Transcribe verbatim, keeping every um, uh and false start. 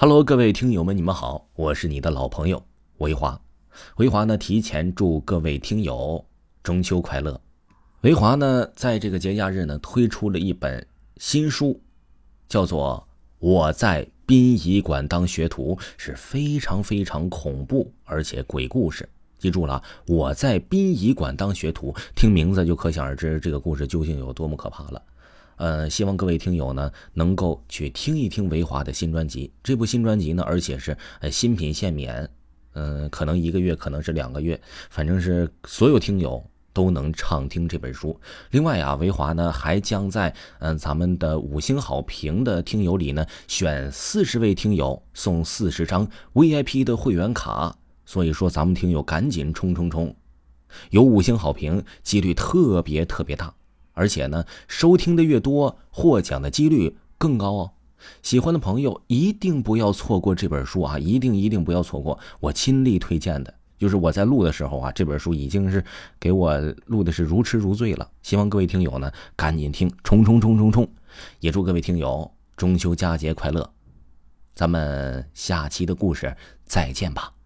Hello， 各位听友们，你们好，我是你的老朋友维华。维华呢，提前祝各位听友中秋快乐。维华呢，在这个节假日呢，推出了一本新书，叫做《我在殡仪馆当学徒》，是非常非常恐怖而且鬼故事。记住了，我在殡仪馆当学徒，听名字就可想而知，这个故事究竟有多么可怕了。呃，希望各位听友呢能够去听一听维华的新专辑。这部新专辑呢，而且是呃新品限免，嗯、呃，可能一个月，可能是两个月，反正是所有听友都能畅听这本书。另外啊，维华呢还将在嗯、呃、咱们的五星好评的听友里呢，选四十位听友送四十张 V I P 的会员卡。所以说，咱们听友赶紧冲冲冲！有五星好评，几率特别特别大。而且呢，收听的越多，获奖的几率更高哦。喜欢的朋友一定不要错过这本书啊！一定一定不要错过，我亲力推荐的。就是我在录的时候啊，这本书已经是给我录的是如痴如醉了。希望各位听友呢赶紧听，冲冲冲冲冲！也祝各位听友中秋佳节快乐。咱们下期的故事再见吧。